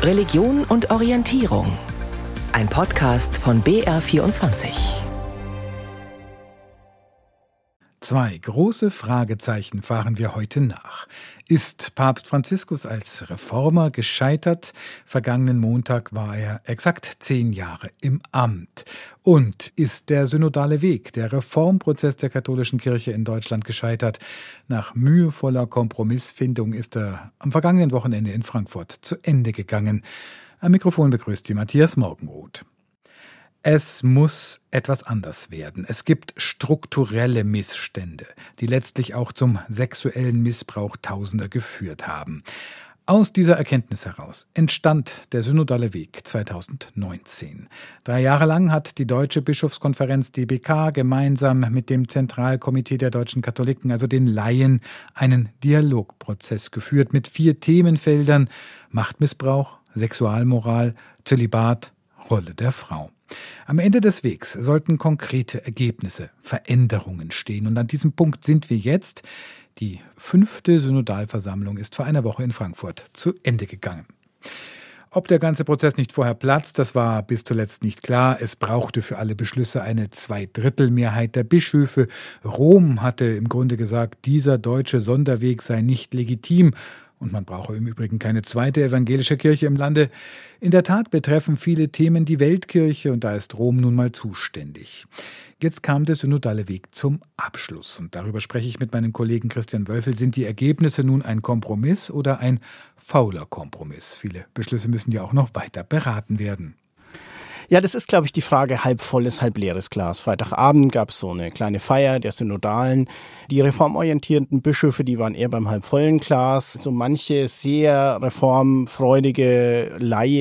Religion und Orientierung. Ein Podcast von BR24. Zwei große Fragezeichen fahren wir heute nach. Ist Papst Franziskus als Reformer gescheitert? Vergangenen Montag war er exakt 10 Jahre im Amt. Und ist der synodale Weg, der Reformprozess der katholischen Kirche in Deutschland gescheitert? Nach mühevoller Kompromissfindung ist er am vergangenen Wochenende in Frankfurt zu Ende gegangen. Am Mikrofon begrüßt Sie Matthias Morgenroth. Es muss etwas anders werden. Es gibt strukturelle Missstände, die letztlich auch zum sexuellen Missbrauch Tausender geführt haben. Aus dieser Erkenntnis heraus entstand der synodale Weg 2019. 3 Jahre lang hat die Deutsche Bischofskonferenz DBK gemeinsam mit dem Zentralkomitee der deutschen Katholiken, also den Laien, einen Dialogprozess geführt mit 4 Themenfeldern: Machtmissbrauch, Sexualmoral, Zölibat, Rolle der Frau. Am Ende des Wegs sollten konkrete Ergebnisse, Veränderungen stehen. Und an diesem Punkt sind wir jetzt. Die 5. Synodalversammlung ist vor einer Woche in Frankfurt zu Ende gegangen. Ob der ganze Prozess nicht vorher platzt, das war bis zuletzt nicht klar. Es brauchte für alle Beschlüsse eine 2/3 der Bischöfe. Rom hatte im Grunde gesagt, dieser deutsche Sonderweg sei nicht legitim. Und man brauche im Übrigen keine zweite evangelische Kirche im Lande. In der Tat betreffen viele Themen die Weltkirche und da ist Rom nun mal zuständig. Jetzt kam der synodale Weg zum Abschluss und darüber spreche ich mit meinem Kollegen Christian Wölfel. Sind die Ergebnisse nun ein Kompromiss oder ein fauler Kompromiss? Viele Beschlüsse müssen ja auch noch weiter beraten werden. Ja, das ist, glaube ich, die Frage halb volles, halb leeres Glas. Freitagabend gab es so eine kleine Feier der Synodalen. Die reformorientierten Bischöfe, die waren eher beim halb vollen Glas. So manche sehr reformfreudige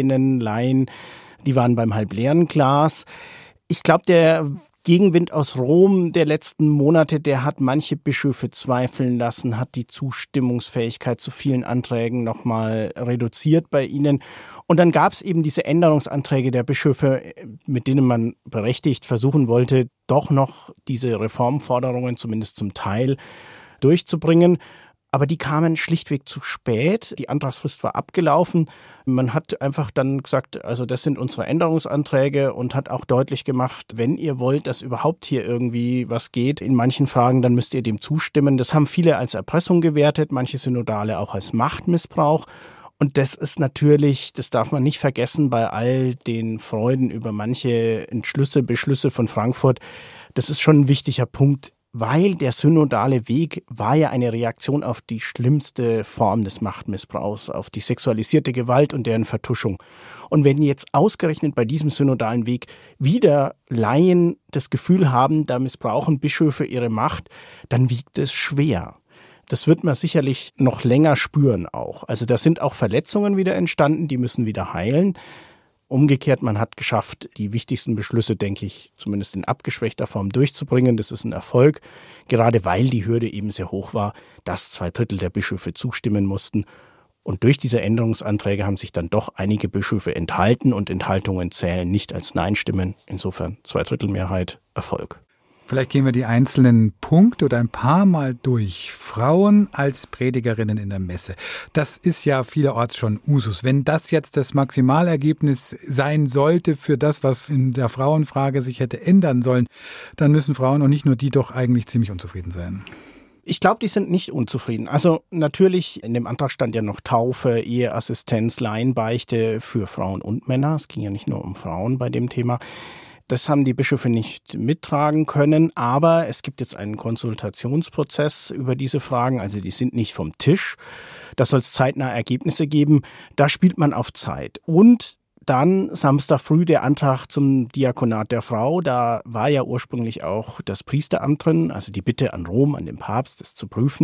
Laien, die waren beim halb leeren Glas. Ich glaube, der Gegenwind aus Rom der letzten Monate, der hat manche Bischöfe zweifeln lassen, hat die Zustimmungsfähigkeit zu vielen Anträgen nochmal reduziert bei ihnen. Und dann gab es eben diese Änderungsanträge der Bischöfe, mit denen man berechtigt versuchen wollte, doch noch diese Reformforderungen zumindest zum Teil durchzubringen. Aber die kamen schlichtweg zu spät. Die Antragsfrist war abgelaufen. Man hat einfach dann gesagt, also das sind unsere Änderungsanträge und hat auch deutlich gemacht, wenn ihr wollt, dass überhaupt hier irgendwie was geht in manchen Fragen, dann müsst ihr dem zustimmen. Das haben viele als Erpressung gewertet, manche Synodale auch als Machtmissbrauch. Und das ist natürlich, das darf man nicht vergessen bei all den Freuden über manche Beschlüsse von Frankfurt. Das ist schon ein wichtiger Punkt. Weil der synodale Weg war ja eine Reaktion auf die schlimmste Form des Machtmissbrauchs, auf die sexualisierte Gewalt und deren Vertuschung. Und wenn jetzt ausgerechnet bei diesem synodalen Weg wieder Laien das Gefühl haben, da missbrauchen Bischöfe ihre Macht, dann wiegt es schwer. Das wird man sicherlich noch länger spüren auch. Also da sind auch Verletzungen wieder entstanden, die müssen wieder heilen. Umgekehrt, man hat geschafft, die wichtigsten Beschlüsse, denke ich, zumindest in abgeschwächter Form durchzubringen. Das ist ein Erfolg, gerade weil die Hürde eben sehr hoch war, dass 2/3 der Bischöfe zustimmen mussten. Und durch diese Änderungsanträge haben sich dann doch einige Bischöfe enthalten und Enthaltungen zählen nicht als Nein-Stimmen. Insofern 2/3 Mehrheit, Erfolg. Vielleicht gehen wir die einzelnen Punkte oder ein paar Mal durch. Frauen als Predigerinnen in der Messe. Das ist ja vielerorts schon Usus. Wenn das jetzt das Maximalergebnis sein sollte für das, was in der Frauenfrage sich hätte ändern sollen, dann müssen Frauen und nicht nur die doch eigentlich ziemlich unzufrieden sein. Ich glaube, die sind nicht unzufrieden. Also natürlich, in dem Antrag stand ja noch Taufe, Eheassistenz, Laienbeichte für Frauen und Männer. Es ging ja nicht nur um Frauen bei dem Thema. Das haben die Bischöfe nicht mittragen können, aber es gibt jetzt einen Konsultationsprozess über diese Fragen, also die sind nicht vom Tisch. Da soll es zeitnah Ergebnisse geben, da spielt man auf Zeit. Und dann Samstag früh der Antrag zum Diakonat der Frau, da war ja ursprünglich auch das Priesteramt drin, also die Bitte an Rom, an den Papst, das zu prüfen.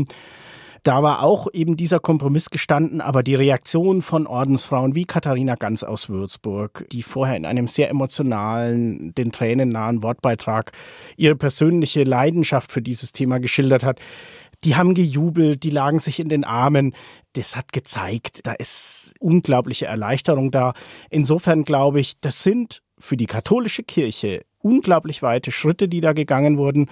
Da war auch eben dieser Kompromiss gestanden, aber die Reaktion von Ordensfrauen wie Katharina Ganz aus Würzburg, die vorher in einem sehr emotionalen, den Tränen nahen Wortbeitrag ihre persönliche Leidenschaft für dieses Thema geschildert hat, die haben gejubelt, die lagen sich in den Armen. Das hat gezeigt, da ist unglaubliche Erleichterung da. Insofern glaube ich, das sind für die katholische Kirche unglaublich weite Schritte, die da gegangen wurden.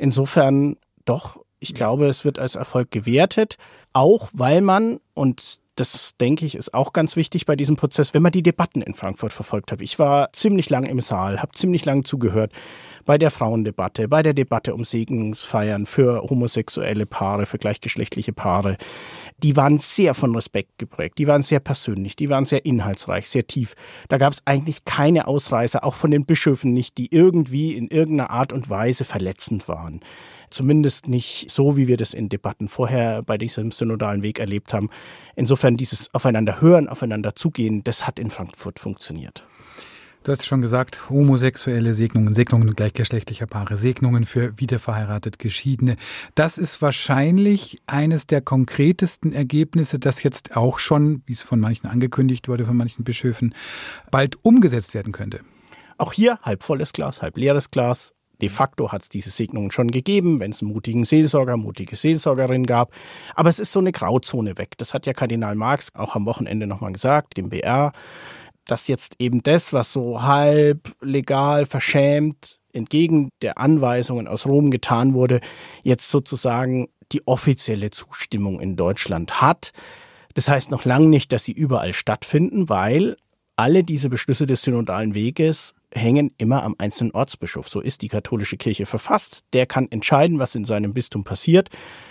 Insofern doch, ich glaube, es wird als Erfolg gewertet, auch weil man, und das denke ich, ist auch ganz wichtig bei diesem Prozess, wenn man die Debatten in Frankfurt verfolgt hat. Ich war ziemlich lang im Saal, habe ziemlich lang zugehört bei der Frauendebatte, bei der Debatte um Segnungsfeiern für homosexuelle Paare, für gleichgeschlechtliche Paare. Die waren sehr von Respekt geprägt, die waren sehr persönlich, die waren sehr inhaltsreich, sehr tief. Da gab es eigentlich keine Ausreißer, auch von den Bischöfen nicht, die irgendwie in irgendeiner Art und Weise verletzend waren. Zumindest nicht so, wie wir das in Debatten vorher bei diesem synodalen Weg erlebt haben. Insofern dieses Aufeinander hören, aufeinander zugehen, das hat in Frankfurt funktioniert. Du hast schon gesagt, homosexuelle Segnungen, Segnungen gleichgeschlechtlicher Paare, Segnungen für wiederverheiratet Geschiedene. Das ist wahrscheinlich eines der konkretesten Ergebnisse, das jetzt auch schon, wie es von manchen angekündigt wurde, von manchen Bischöfen, bald umgesetzt werden könnte. Auch hier halb volles Glas, halb leeres Glas. De facto hat es diese Segnungen schon gegeben, wenn es einen mutigen Seelsorger, mutige Seelsorgerin gab. Aber es ist so eine Grauzone weg. Das hat ja Kardinal Marx auch am Wochenende nochmal gesagt, dem BR, dass jetzt eben das, was so halb legal, verschämt, entgegen der Anweisungen aus Rom getan wurde, jetzt sozusagen die offizielle Zustimmung in Deutschland hat. Das heißt noch lange nicht, dass sie überall stattfinden, weil alle diese Beschlüsse des synodalen Weges hängen immer am einzelnen Ortsbischof. So ist die katholische Kirche verfasst. Der kann entscheiden, was in seinem Bistum passiert.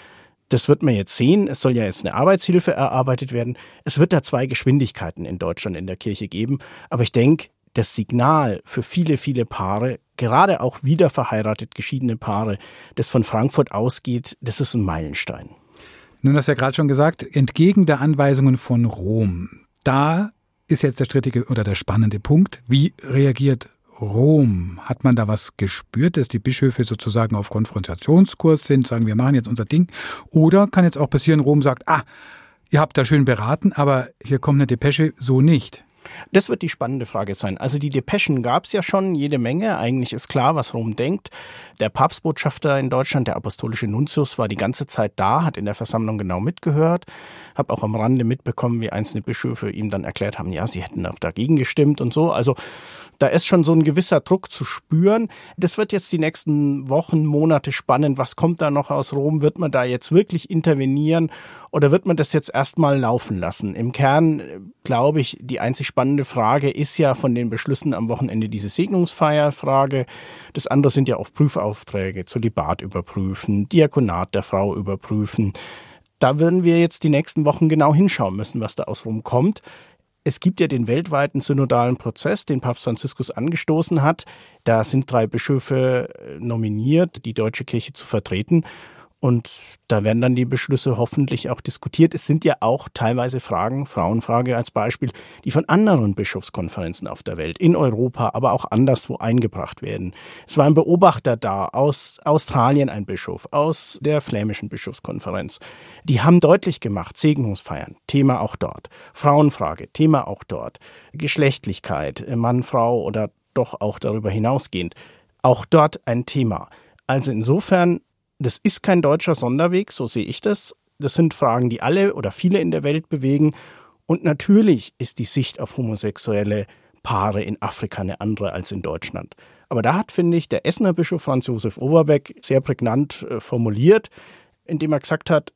Das wird man jetzt sehen. Es soll ja jetzt eine Arbeitshilfe erarbeitet werden. Es wird da 2 Geschwindigkeiten in Deutschland in der Kirche geben. Aber ich denke, das Signal für viele, viele Paare, gerade auch wieder verheiratet geschiedene Paare, das von Frankfurt ausgeht, das ist ein Meilenstein. Nun hast du ja gerade schon gesagt, entgegen der Anweisungen von Rom, da ist jetzt der strittige oder der spannende Punkt. Wie reagiert Rom? Hat man da was gespürt, dass die Bischöfe sozusagen auf Konfrontationskurs sind, sagen, wir machen jetzt unser Ding? Oder kann jetzt auch passieren, Rom sagt, ihr habt da schön beraten, aber hier kommt eine Depesche, so nicht? Das wird die spannende Frage sein. Also die Depeschen gab es ja schon jede Menge. Eigentlich ist klar, was Rom denkt. Der Papstbotschafter in Deutschland, der apostolische Nuntius, war die ganze Zeit da, hat in der Versammlung genau mitgehört. Habe auch am Rande mitbekommen, wie einzelne Bischöfe ihm dann erklärt haben, ja, sie hätten auch dagegen gestimmt und so. Also da ist schon so ein gewisser Druck zu spüren. Das wird jetzt die nächsten Wochen, Monate spannend. Was kommt da noch aus Rom? Wird man da jetzt wirklich intervenieren oder wird man das jetzt erstmal laufen lassen? Im Kern, glaube ich, die einzig spannende Frage ist ja von den Beschlüssen am Wochenende diese Segnungsfeierfrage. Das andere sind ja oft Prüfaufträge, Zölibat überprüfen, Diakonat der Frau überprüfen. Da würden wir jetzt die nächsten Wochen genau hinschauen müssen, was da aus Rom kommt. Es gibt ja den weltweiten synodalen Prozess, den Papst Franziskus angestoßen hat. Da sind 3 Bischöfe nominiert, die deutsche Kirche zu vertreten. Und da werden dann die Beschlüsse hoffentlich auch diskutiert. Es sind ja auch teilweise Fragen, Frauenfrage als Beispiel, die von anderen Bischofskonferenzen auf der Welt, in Europa, aber auch anderswo eingebracht werden. Es war ein Beobachter da, aus Australien ein Bischof, aus der flämischen Bischofskonferenz. Die haben deutlich gemacht, Segnungsfeiern, Thema auch dort. Frauenfrage, Thema auch dort. Geschlechtlichkeit, Mann, Frau oder doch auch darüber hinausgehend, auch dort ein Thema. Also insofern, das ist kein deutscher Sonderweg, so sehe ich das. Das sind Fragen, die alle oder viele in der Welt bewegen. Und natürlich ist die Sicht auf homosexuelle Paare in Afrika eine andere als in Deutschland. Aber da hat, finde ich, der Essener Bischof Franz Josef Overbeck sehr prägnant formuliert, indem er gesagt hat,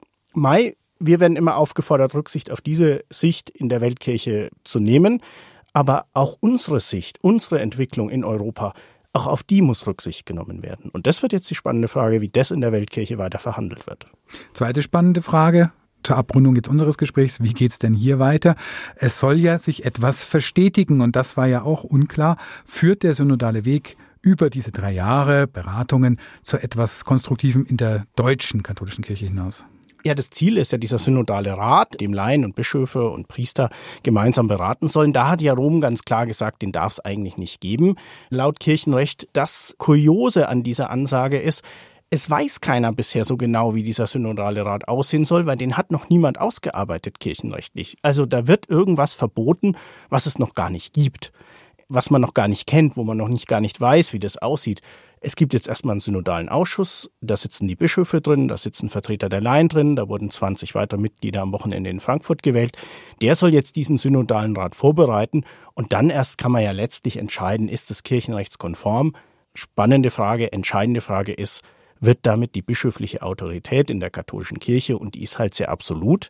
wir werden immer aufgefordert, Rücksicht auf diese Sicht in der Weltkirche zu nehmen. Aber auch unsere Sicht, unsere Entwicklung in Europa, auch auf die muss Rücksicht genommen werden. Und das wird jetzt die spannende Frage, wie das in der Weltkirche weiter verhandelt wird. Zweite spannende Frage zur Abrundung jetzt unseres Gesprächs. Wie geht's denn hier weiter? Es soll ja sich etwas verstetigen und das war ja auch unklar. Führt der synodale Weg über diese 3 Jahre Beratungen zu etwas Konstruktivem in der deutschen katholischen Kirche hinaus? Ja, das Ziel ist ja dieser synodale Rat, dem Laien und Bischöfe und Priester gemeinsam beraten sollen. Da hat ja Rom ganz klar gesagt, den darf es eigentlich nicht geben. Laut Kirchenrecht, das Kuriose an dieser Ansage ist, es weiß keiner bisher so genau, wie dieser synodale Rat aussehen soll, weil den hat noch niemand ausgearbeitet kirchenrechtlich. Also da wird irgendwas verboten, was es noch gar nicht gibt, was man noch gar nicht kennt, wo man noch gar nicht weiß, wie das aussieht. Es gibt jetzt erstmal einen synodalen Ausschuss, da sitzen die Bischöfe drin, da sitzen Vertreter der Laien drin, da wurden 20 weitere Mitglieder am Wochenende in Frankfurt gewählt. Der soll jetzt diesen synodalen Rat vorbereiten und dann erst kann man ja letztlich entscheiden, ist es kirchenrechtskonform? Spannende Frage, entscheidende Frage ist, wird damit die bischöfliche Autorität in der katholischen Kirche, und die ist halt sehr absolut,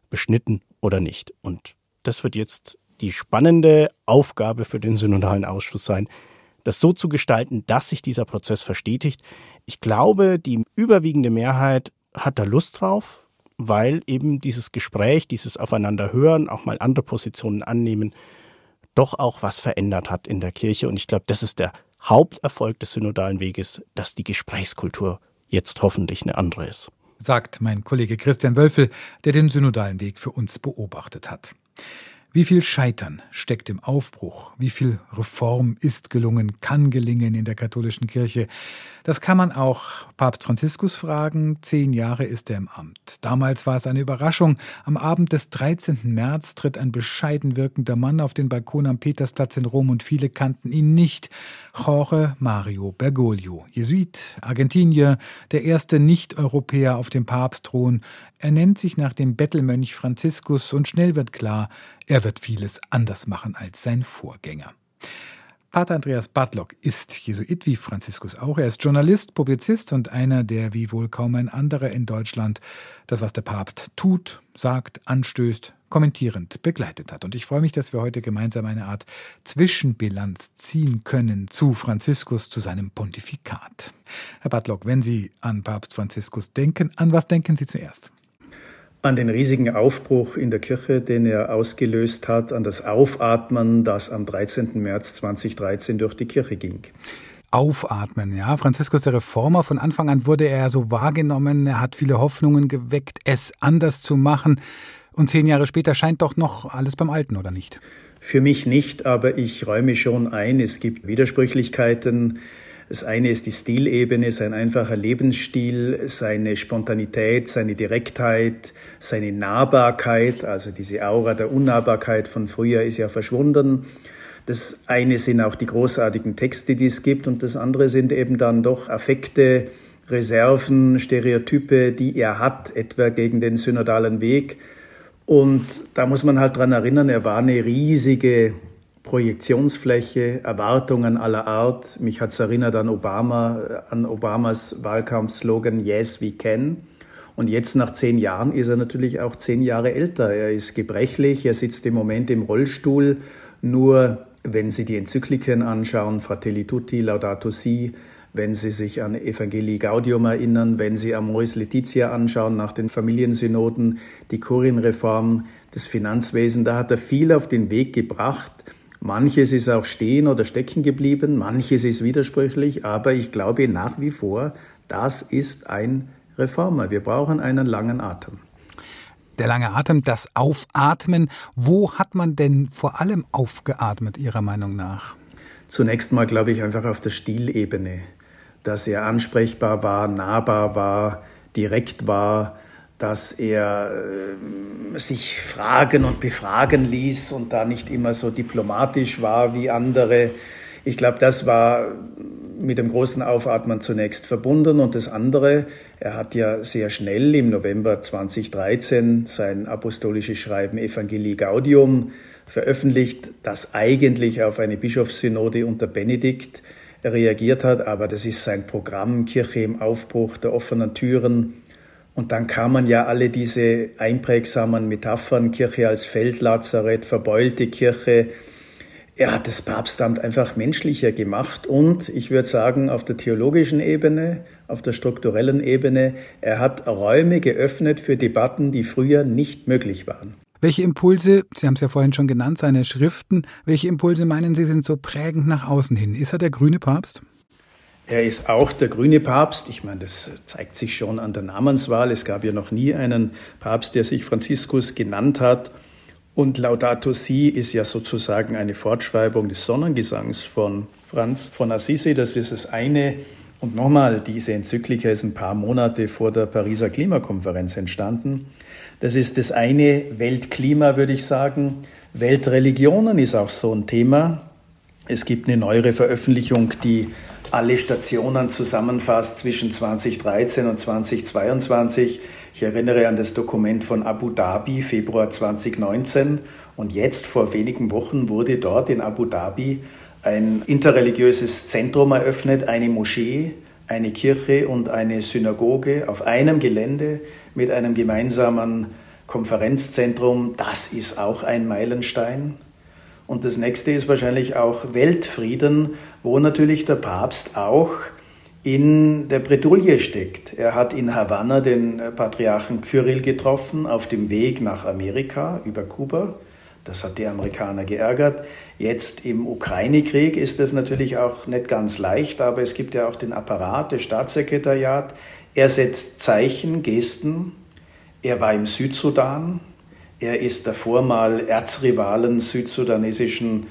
beschnitten oder nicht. Und das wird jetzt die spannende Aufgabe für den Synodalen Ausschuss sein, das so zu gestalten, dass sich dieser Prozess verstetigt. Ich glaube, die überwiegende Mehrheit hat da Lust drauf, weil eben dieses Gespräch, dieses Aufeinanderhören, auch mal andere Positionen annehmen, doch auch was verändert hat in der Kirche. Und ich glaube, das ist der Haupterfolg des synodalen Weges, dass die Gesprächskultur jetzt hoffentlich eine andere ist. Sagt mein Kollege Christian Wölfel, der den synodalen Weg für uns beobachtet hat. Wie viel Scheitern steckt im Aufbruch? Wie viel Reform ist gelungen, kann gelingen in der katholischen Kirche? Das kann man auch Papst Franziskus fragen. 10 Jahre ist er im Amt. Damals war es eine Überraschung. Am Abend des 13. März tritt ein bescheiden wirkender Mann auf den Balkon am Petersplatz in Rom und viele kannten ihn nicht. Jorge Mario Bergoglio, Jesuit, Argentinier, der erste Nicht-Europäer auf dem Papstthron. Er nennt sich nach dem Bettelmönch Franziskus und schnell wird klar, er wird vieles anders machen als sein Vorgänger. Pater Andreas Bartlock ist Jesuit wie Franziskus auch. Er ist Journalist, Publizist und einer, der wie wohl kaum ein anderer in Deutschland das, was der Papst tut, sagt, anstößt, kommentierend begleitet hat. Und ich freue mich, dass wir heute gemeinsam eine Art Zwischenbilanz ziehen können zu Franziskus, zu seinem Pontifikat. Herr Bartlock, wenn Sie an Papst Franziskus denken, an was denken Sie zuerst? An den riesigen Aufbruch in der Kirche, den er ausgelöst hat, an das Aufatmen, das am 13. März 2013 durch die Kirche ging. Aufatmen, ja. Franziskus der Reformer, von Anfang an wurde er so wahrgenommen, er hat viele Hoffnungen geweckt, es anders zu machen. Und 10 Jahre später scheint doch noch alles beim Alten, oder nicht? Für mich nicht, aber ich räume schon ein, es gibt Widersprüchlichkeiten. Das eine ist die Stilebene, sein einfacher Lebensstil, seine Spontanität, seine Direktheit, seine Nahbarkeit, also diese Aura der Unnahbarkeit von früher ist ja verschwunden. Das eine sind auch die großartigen Texte, die es gibt, und das andere sind eben dann doch Affekte, Reserven, Stereotype, die er hat, etwa gegen den synodalen Weg. Und da muss man halt dran erinnern, er war eine riesige Projektionsfläche, Erwartungen aller Art. Mich hat es erinnert an Obamas Wahlkampfslogan Yes, we can. Und jetzt nach 10 Jahren ist er natürlich auch 10 Jahre älter. Er ist gebrechlich, er sitzt im Moment im Rollstuhl. Nur wenn Sie die Enzykliken anschauen, Fratelli Tutti, Laudato Si, wenn Sie sich an Evangelii Gaudium erinnern, wenn Sie Amoris Laetitia anschauen nach den Familiensynoden, die Kurienreform, das Finanzwesen, da hat er viel auf den Weg gebracht. Manches ist auch stehen oder stecken geblieben, manches ist widersprüchlich, aber ich glaube nach wie vor, das ist ein Reformer. Wir brauchen einen langen Atem. Der lange Atem, das Aufatmen. Wo hat man denn vor allem aufgeatmet, Ihrer Meinung nach? Zunächst mal, glaube ich, einfach auf der Stilebene, dass er ansprechbar war, nahbar war, direkt war, dass er sich fragen und befragen ließ und da nicht immer so diplomatisch war wie andere. Ich glaube, das war mit dem großen Aufatmen zunächst verbunden. Und das andere, er hat ja sehr schnell im November 2013 sein apostolisches Schreiben Evangelii Gaudium veröffentlicht, das eigentlich auf eine Bischofssynode unter Benedikt reagiert hat. Aber das ist sein Programm, Kirche im Aufbruch, der offenen Türen. Und dann kamen ja alle diese einprägsamen Metaphern, Kirche als Feldlazarett, verbeulte Kirche. Er hat das Papstamt einfach menschlicher gemacht und ich würde sagen, auf der theologischen Ebene, auf der strukturellen Ebene, er hat Räume geöffnet für Debatten, die früher nicht möglich waren. Welche Impulse, Sie haben es ja vorhin schon genannt, seine Schriften, welche Impulse meinen Sie sind so prägend nach außen hin? Ist er der grüne Papst? Er ist auch der grüne Papst. Ich meine, das zeigt sich schon an der Namenswahl. Es gab ja noch nie einen Papst, der sich Franziskus genannt hat. Und Laudato Si ist ja sozusagen eine Fortschreibung des Sonnengesangs von Franz von Assisi. Das ist das eine. Und nochmal, diese Enzyklika ist ein paar Monate vor der Pariser Klimakonferenz entstanden. Das ist das eine, Weltklima, würde ich sagen. Weltreligionen ist auch so ein Thema. Es gibt eine neuere Veröffentlichung, die alle Stationen zusammenfasst zwischen 2013 und 2022. Ich erinnere an das Dokument von Abu Dhabi, Februar 2019. Und jetzt, vor wenigen Wochen, wurde dort in Abu Dhabi ein interreligiöses Zentrum eröffnet, eine Moschee, eine Kirche und eine Synagoge auf einem Gelände mit einem gemeinsamen Konferenzzentrum, das ist auch ein Meilenstein. Und das nächste ist wahrscheinlich auch Weltfrieden, wo natürlich der Papst auch in der Bredouille steckt. Er hat in Havanna den Patriarchen Kyrill getroffen auf dem Weg nach Amerika über Kuba. Das hat die Amerikaner geärgert. Jetzt im Ukraine-Krieg ist das natürlich auch nicht ganz leicht, aber es gibt ja auch den Apparat, das Staatssekretariat. Er setzt Zeichen, Gesten. Er war im Südsudan. Er ist davor mal Erzrivalen südsudanesischen,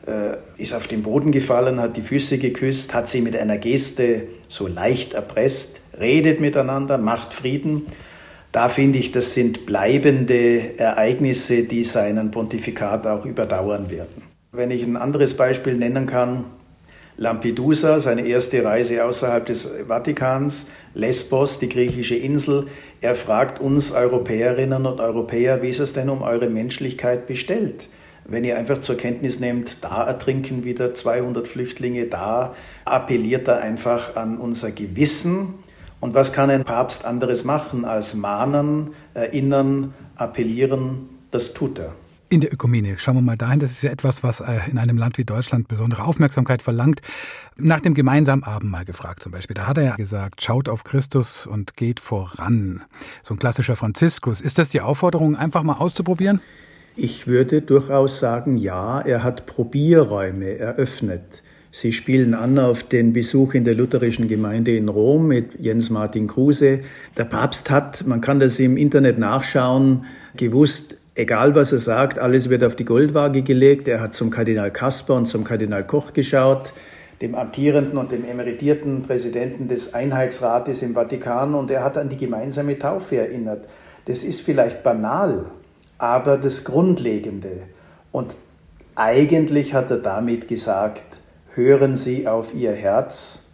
ist auf den Boden gefallen, hat die Füße geküsst, hat sie mit einer Geste so leicht erpresst, redet miteinander, macht Frieden. Da finde ich, das sind bleibende Ereignisse, die seinen Pontifikat auch überdauern werden. Wenn ich ein anderes Beispiel nennen kann, Lampedusa, seine erste Reise außerhalb des Vatikans, Lesbos, die griechische Insel. Er fragt uns Europäerinnen und Europäer, wie ist es denn um eure Menschlichkeit bestellt? Wenn ihr einfach zur Kenntnis nehmt, da ertrinken wieder 200 Flüchtlinge, da appelliert er einfach an unser Gewissen. Und was kann ein Papst anderes machen als mahnen, erinnern, appellieren? Das tut er. In der Ökumene, schauen wir mal dahin, das ist ja etwas, was in einem Land wie Deutschland besondere Aufmerksamkeit verlangt. Nach dem gemeinsamen Abendmahl gefragt zum Beispiel, da hat er ja gesagt, schaut auf Christus und geht voran. So ein klassischer Franziskus. Ist das die Aufforderung, einfach mal auszuprobieren? Ich würde durchaus sagen, ja, er hat Probierräume eröffnet. Sie spielen an auf den Besuch in der lutherischen Gemeinde in Rom mit Jens Martin Kruse. Der Papst hat, man kann das im Internet nachschauen, gewusst, egal was er sagt, alles wird auf die Goldwaage gelegt. Er hat zum Kardinal Kasper und zum Kardinal Koch geschaut, dem amtierenden und dem emeritierten Präsidenten des Einheitsrates im Vatikan, und er hat an die gemeinsame Taufe erinnert. Das ist vielleicht banal, aber das Grundlegende. Und eigentlich hat er damit gesagt, hören Sie auf Ihr Herz,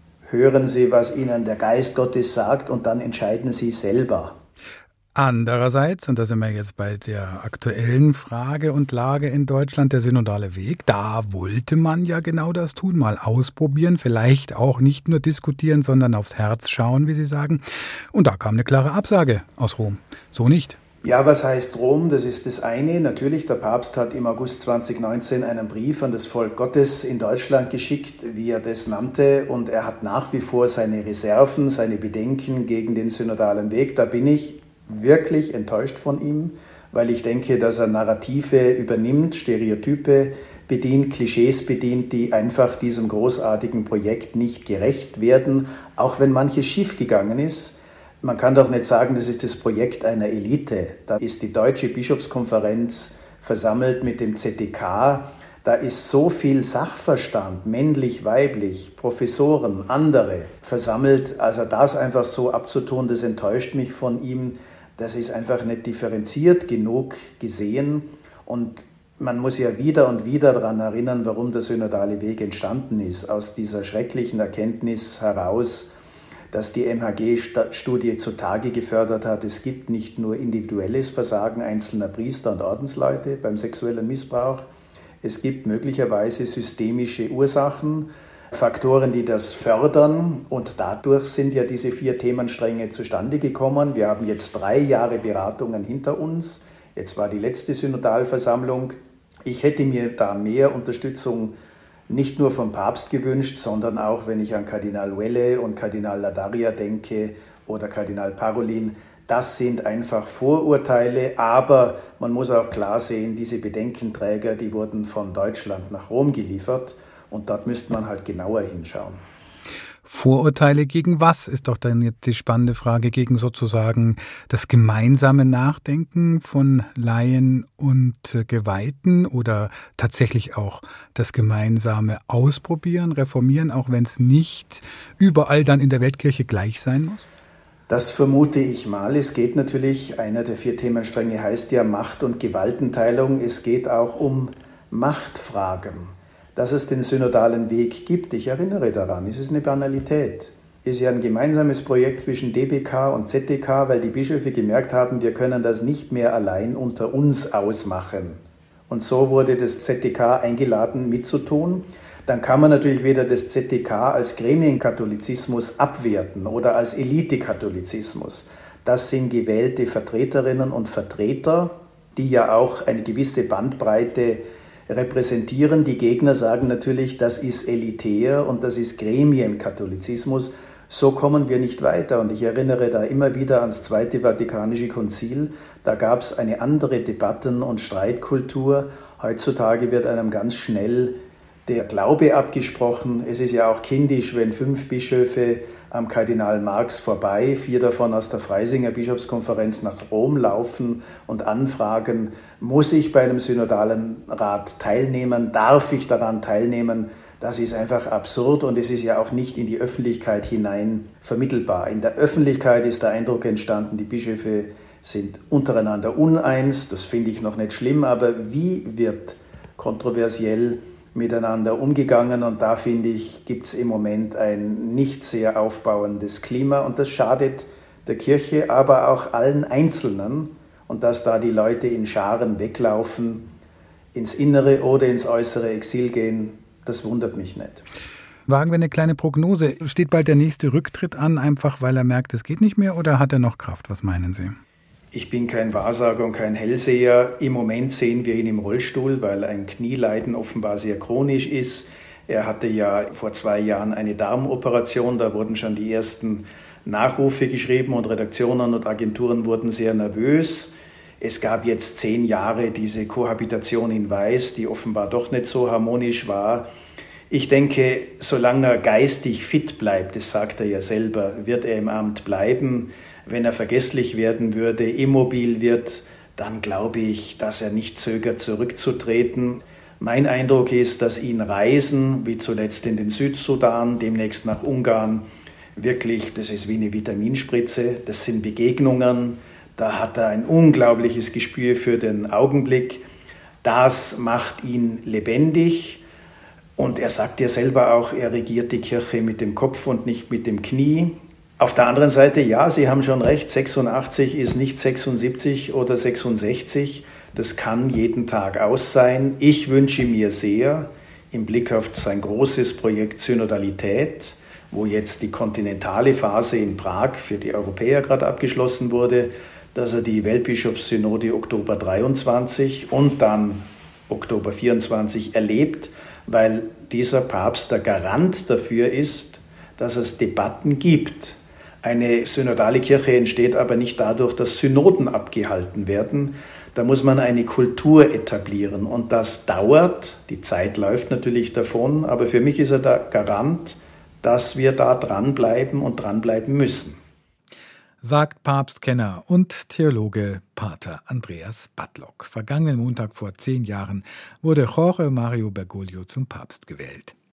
hören Sie, was Ihnen der Geist Gottes sagt, und dann entscheiden Sie selber. Andererseits, und da sind wir jetzt bei der aktuellen Frage und Lage in Deutschland, der synodale Weg, da wollte man ja genau das tun, mal ausprobieren, vielleicht auch nicht nur diskutieren, sondern aufs Herz schauen, wie Sie sagen. Und da kam eine klare Absage aus Rom. So nicht. Ja, was heißt Rom? Das ist das eine. Natürlich, der Papst hat im August 2019 einen Brief an das Volk Gottes in Deutschland geschickt, wie er das nannte. Und er hat nach wie vor seine Reserven, seine Bedenken gegen den synodalen Weg. Da bin ich wirklich enttäuscht von ihm, weil ich denke, dass er Narrative übernimmt, Stereotype bedient, Klischees bedient, die einfach diesem großartigen Projekt nicht gerecht werden, auch wenn manches schiefgegangen ist. Man kann doch nicht sagen, das ist das Projekt einer Elite. Da ist die Deutsche Bischofskonferenz versammelt mit dem ZDK. Da ist so viel Sachverstand, männlich, weiblich, Professoren, andere versammelt. Also das einfach so abzutun, das enttäuscht mich von ihm. Das ist einfach nicht differenziert genug gesehen. Und man muss ja wieder und wieder daran erinnern, warum der synodale Weg entstanden ist. Aus dieser schrecklichen Erkenntnis heraus, dass die MHG-Studie zutage gefördert hat, es gibt nicht nur individuelles Versagen einzelner Priester und Ordensleute beim sexuellen Missbrauch, es gibt möglicherweise systemische Ursachen, Faktoren, die das fördern, und dadurch sind ja diese 4 Themenstränge zustande gekommen. Wir haben jetzt 3 Jahre Beratungen hinter uns, jetzt war die letzte Synodalversammlung. Ich hätte mir da mehr Unterstützung nicht nur vom Papst gewünscht, sondern auch, wenn ich an Kardinal Welle und Kardinal Ladaria denke oder Kardinal Parolin, das sind einfach Vorurteile, aber man muss auch klar sehen, diese Bedenkenträger, die wurden von Deutschland nach Rom geliefert, und dort müsste man halt genauer hinschauen. Vorurteile gegen was, ist doch dann jetzt die spannende Frage, gegen sozusagen das gemeinsame Nachdenken von Laien und Geweihten oder tatsächlich auch das gemeinsame Ausprobieren, Reformieren, auch wenn es nicht überall dann in der Weltkirche gleich sein muss? Das vermute ich mal. Es geht natürlich, einer der 4 Themenstränge heißt ja Macht- und Gewaltenteilung. Es geht auch um Machtfragen. Dass es den synodalen Weg gibt, ich erinnere daran, es ist eine Banalität. Es ist ja ein gemeinsames Projekt zwischen DBK und ZDK, weil die Bischöfe gemerkt haben, wir können das nicht mehr allein unter uns ausmachen. Und so wurde das ZDK eingeladen, mitzutun. Dann kann man natürlich weder das ZDK als Gremienkatholizismus abwerten oder als Elitekatholizismus. Das sind gewählte Vertreterinnen und Vertreter, die ja auch eine gewisse Bandbreite repräsentieren. Die Gegner sagen natürlich, das ist elitär und das ist Gremienkatholizismus. So kommen wir nicht weiter. Und ich erinnere da immer wieder ans Zweite Vatikanische Konzil. Da gab es eine andere Debatten- und Streitkultur. Heutzutage wird einem ganz schnell der Glaube abgesprochen. Es ist ja auch kindisch, wenn 5 Bischöfe am Kardinal Marx vorbei, 4 davon aus der Freisinger Bischofskonferenz nach Rom laufen und anfragen, muss ich bei einem synodalen Rat teilnehmen, darf ich daran teilnehmen? Das ist einfach absurd und es ist ja auch nicht in die Öffentlichkeit hinein vermittelbar. In der Öffentlichkeit ist der Eindruck entstanden, die Bischöfe sind untereinander uneins, das finde ich noch nicht schlimm, aber wie wird kontroversiell miteinander umgegangen und da finde ich, gibt es im Moment ein nicht sehr aufbauendes Klima und das schadet der Kirche, aber auch allen Einzelnen und dass da die Leute in Scharen weglaufen, ins innere oder ins äußere Exil gehen, das wundert mich nicht. Wagen wir eine kleine Prognose. Steht bald der nächste Rücktritt an, einfach weil er merkt, es geht nicht mehr oder hat er noch Kraft? Was meinen Sie? Ich bin kein Wahrsager und kein Hellseher. Im Moment sehen wir ihn im Rollstuhl, weil ein Knieleiden offenbar sehr chronisch ist. Er hatte ja vor 2 Jahren eine Darmoperation, da wurden schon die ersten Nachrufe geschrieben und Redaktionen und Agenturen wurden sehr nervös. Es gab jetzt 10 Jahre diese Kohabitation in Weiß, die offenbar doch nicht so harmonisch war. Ich denke, solange er geistig fit bleibt, das sagt er ja selber, wird er im Amt bleiben. Wenn er vergesslich werden würde, immobil wird, dann glaube ich, dass er nicht zögert, zurückzutreten. Mein Eindruck ist, dass ihn Reisen, wie zuletzt in den Südsudan, demnächst nach Ungarn, wirklich, das ist wie eine Vitaminspritze, das sind Begegnungen. Da hat er ein unglaubliches Gespür für den Augenblick. Das macht ihn lebendig. Und er sagt ja selber auch, er regiert die Kirche mit dem Kopf und nicht mit dem Knie. Auf der anderen Seite, ja, Sie haben schon recht, 86 ist nicht 76 oder 66. Das kann jeden Tag aus sein. Ich wünsche mir sehr, im Blick auf sein großes Projekt Synodalität, wo jetzt die kontinentale Phase in Prag für die Europäer gerade abgeschlossen wurde, dass er die Weltbischofssynode Oktober 23 und dann Oktober 24 erlebt, weil dieser Papst der Garant dafür ist, dass es Debatten gibt. Eine synodale Kirche entsteht aber nicht dadurch, dass Synoden abgehalten werden. Da muss man eine Kultur etablieren und das dauert. Die Zeit läuft natürlich davon, aber für mich ist er der Garant, dass wir da dranbleiben und dranbleiben müssen. Sagt Papstkenner und Theologe Pater Andreas Batlock. Vergangenen Montag vor 10 Jahren wurde Jorge Mario Bergoglio zum Papst gewählt.